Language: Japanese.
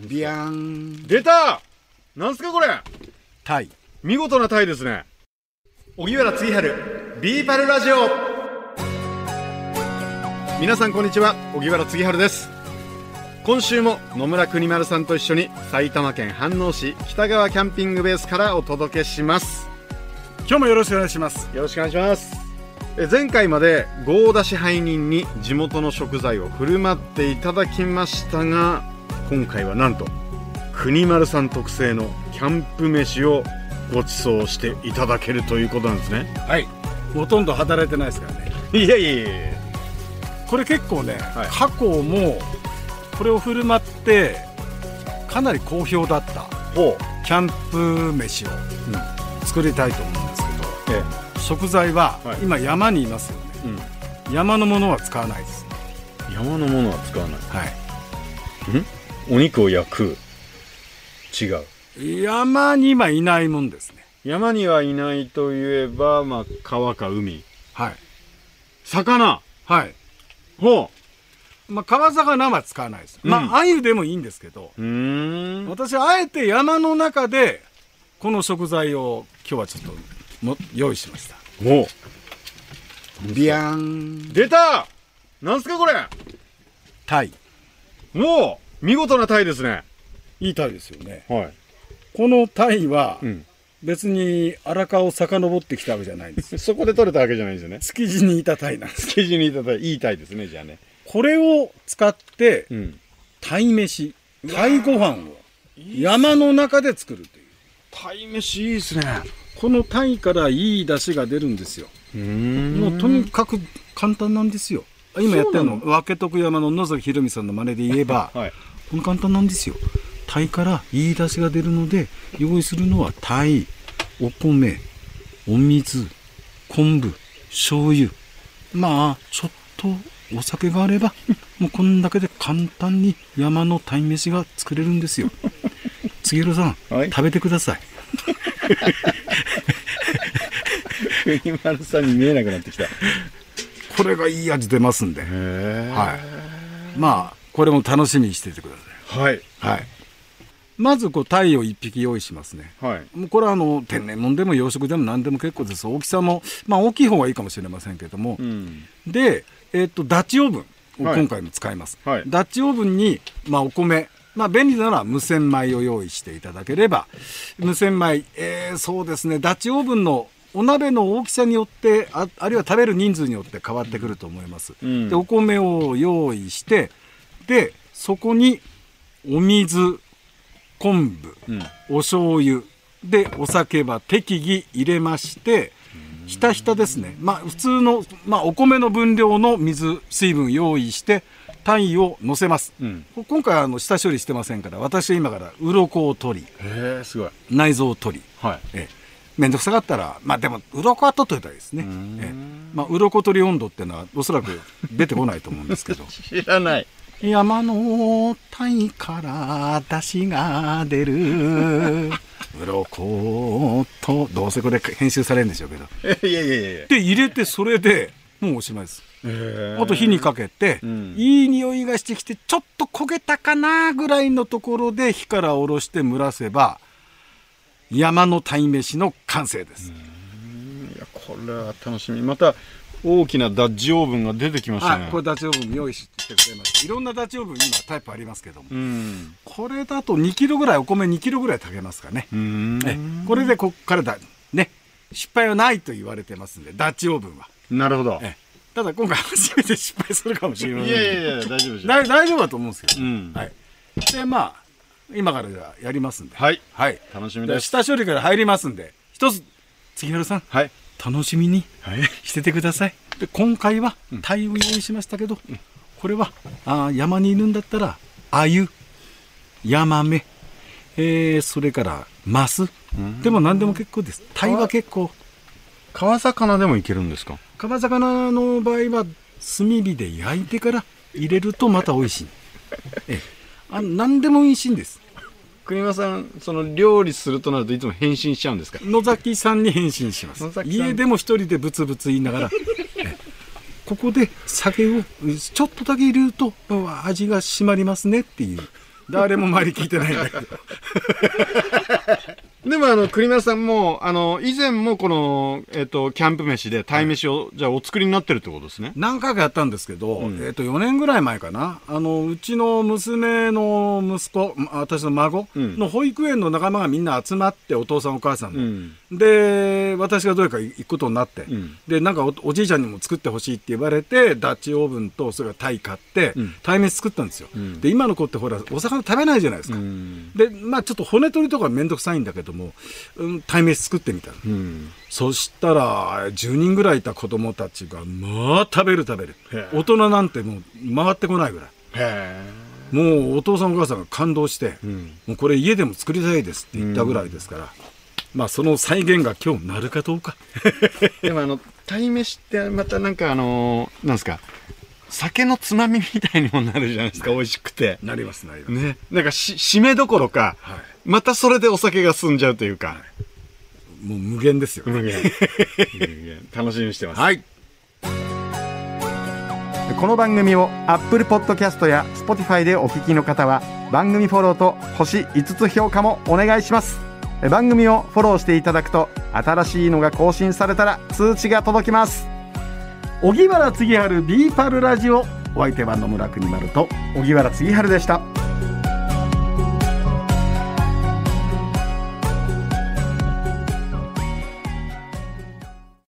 ビヤーン。 出た。なんすかこれ。 タイ。 見事なタイですね。荻原次春ビーパルラジオ。皆さんこんにちは、荻原次春です。今週も野村国丸さんと一緒に埼玉県飯能市北川キャンピングベースからお届けします。 今日もよろしくお願いします。 よろしくお願いします。前回まで合田支配人に地元の食材を振る舞っていただきましたが、今回はなんと国丸さん特製のキャンプ飯をご馳走していただけるということなんですね。 はい、ほとんど働いてないですからね。 いやいやいや、 これ結構ね、 はい、 過去もこれを振る舞ってかなり好評だったキャンプ飯を作りたいと思うんですけど、食材は、はい、今山にいますよね、山のものは使わないです。 山のものは使わない。 はい。 お肉を焼く。違う。 山にはいないもんですね。 山にはいないといえば、まあ、川か海。 はい。 魚。 はい。 ほう。まあ、川魚は使わないです。まあ、鮎でもいいんですけど、私はあえて山の中でこの食材を今日はちょっと用意しました。 おビヤーン。 出た。なんすかこれ。 タイ。 もう見事なタイですね。 いいタイですよね。 はい。 このタイは、別に荒川を遡ってきたわけじゃないんです。 そこで取れたわけじゃないんですよね。 築地にいたタイなんです。 築地にいたタイ、いいタイですね。じゃあね、 これを使って、タイ飯、タイご飯を山の中で作るという。 タイ飯いいですね。 このタイからいい出汁が出るんですよ。もうとにかく簡単なんですよ。今やってるの分徳山の野崎宏美さんの真似で言えば、はい、この簡単なんですよ。タイからいい出汁が出るので、用意するのはタイ、お米、お水、昆布、醤油、まあちょっとお酒があればもうこんだけで簡単に山のタイ飯が作れるんですよ。杉浦さん、はい、食べてください。 国丸さんに見えなくなってきた。 これがいい味出ますんで、はい、まあこれも楽しみにしていてください。はい、はい、まずタイを1匹用意しますね。はい、もうこれは天然物でも養殖でも何でも結構です。大きさも、まあ、大きい方がいいかもしれませんけども、で、ダッチオーブンを今回も使います。はい、ダッチオーブンに、まあ、お米、まあ、便利なら無洗米を用意していただければ。無洗米、そうですね、ダッチオーブンのお鍋の大きさによって、あるいは食べる人数によって変わってくると思います。で、お米を用意して、でそこにお水、昆布、お醤油でお酒は適宜入れまして、ひたひたですね、まあ、普通の、まあ、お米の分量の水分用意してタイを乗せます。今回は下処理してませんから、私は今から鱗を取り、 すごい、 内臓を取り、めんどくさかったら、まあでも鱗は取っといたらいいですね。まあ、鱗取り温度っていうのはおそらく出てこないと思うんですけど。 知らない。 山のタイから出汁が出る鱗と、どうせこれ編集されるんでしょうけど、 いやいやいや、 で入れて、それでもうおしまいです。あと火にかけて、いい匂いがしてきて、ちょっと焦げたかなぐらいのところで火から下ろして蒸らせば山の鯛飯の完成です。 いや、これは楽しみ。また大きなダッチオーブンが出てきましたね。 これダッチオーブン用意してくれます。いろんなダッチオーブン今タイプありますけども、これだと2キロぐらい、お米2キロぐらい炊けますかね。これでこっからね、失敗はないと言われてますんで、ダッチオーブンは。 なるほど。 ただ今回初めて失敗するかもしれません。 いやいやいや、大丈夫です。 大丈夫だと思うんですけど、はい。で、まあ今からやりますんで、はい、 楽しみです。 下処理から入りますんで、一つ杉原さん、楽しみにしててください。で、今回はタイを用意しましたけど、これは山にいるんだったら鮎、ヤマメ、それからマスでも何でも結構です。タイは結構。 川魚でもいけるんですか？ 川魚の場合は炭火で焼いてから入れるとまた美味しい。何でも美味しいんです。 国間さん、その料理するとなるといつも変身しちゃうんですか？ 野崎さんに変身します。家でも一人でブツブツ言いながらここで酒をちょっとだけ入れると味が締まりますねっていう、 誰も周り聞いてないんだけどでも栗丸さんも以前もこの、キャンプ飯で鯛飯を、じゃあお作りになってるってことですね。 何回かやったんですけど、4年ぐらい前かな、うちの娘の息子、私の孫の保育園の仲間がみんな集まって、お父さんお母さんの、で私がどれか行くことになって、でなんか おじいちゃんにも作ってほしいって言われて、ダッチオーブンとそれから鯛買って鯛飯作ったんですよ。で今の子ってほらお魚食べないじゃないですか。でまあちょっと骨取りとかめんどくさいんだけども、鯛飯作ってみたの、そしたら10人ぐらいいた子供たちがまあ食べる大人なんてもう回ってこないぐらい、もうお父さんお母さんが感動して、もうこれ家でも作りたいですって言ったぐらいですから、まあその再現が今日なるかどうかでも鯛飯ってまたなんかなんですか、酒のつまみみたいにもなるじゃないですか。美味しくてなりますね。 なんか締めどころか、またそれでお酒が進んじゃうというか、 もう無限ですよ。 無限楽しみにしてます。 はい。 この番組を Apple Podcast や Spotify でお聞きの方は、番組フォローと星5つ評価もお願いします。番組をフォローしていただくと、新しいのが更新されたら通知が届きます。 荻原次春ビーパルラジオ、お相手は野村国丸と荻原次春でした。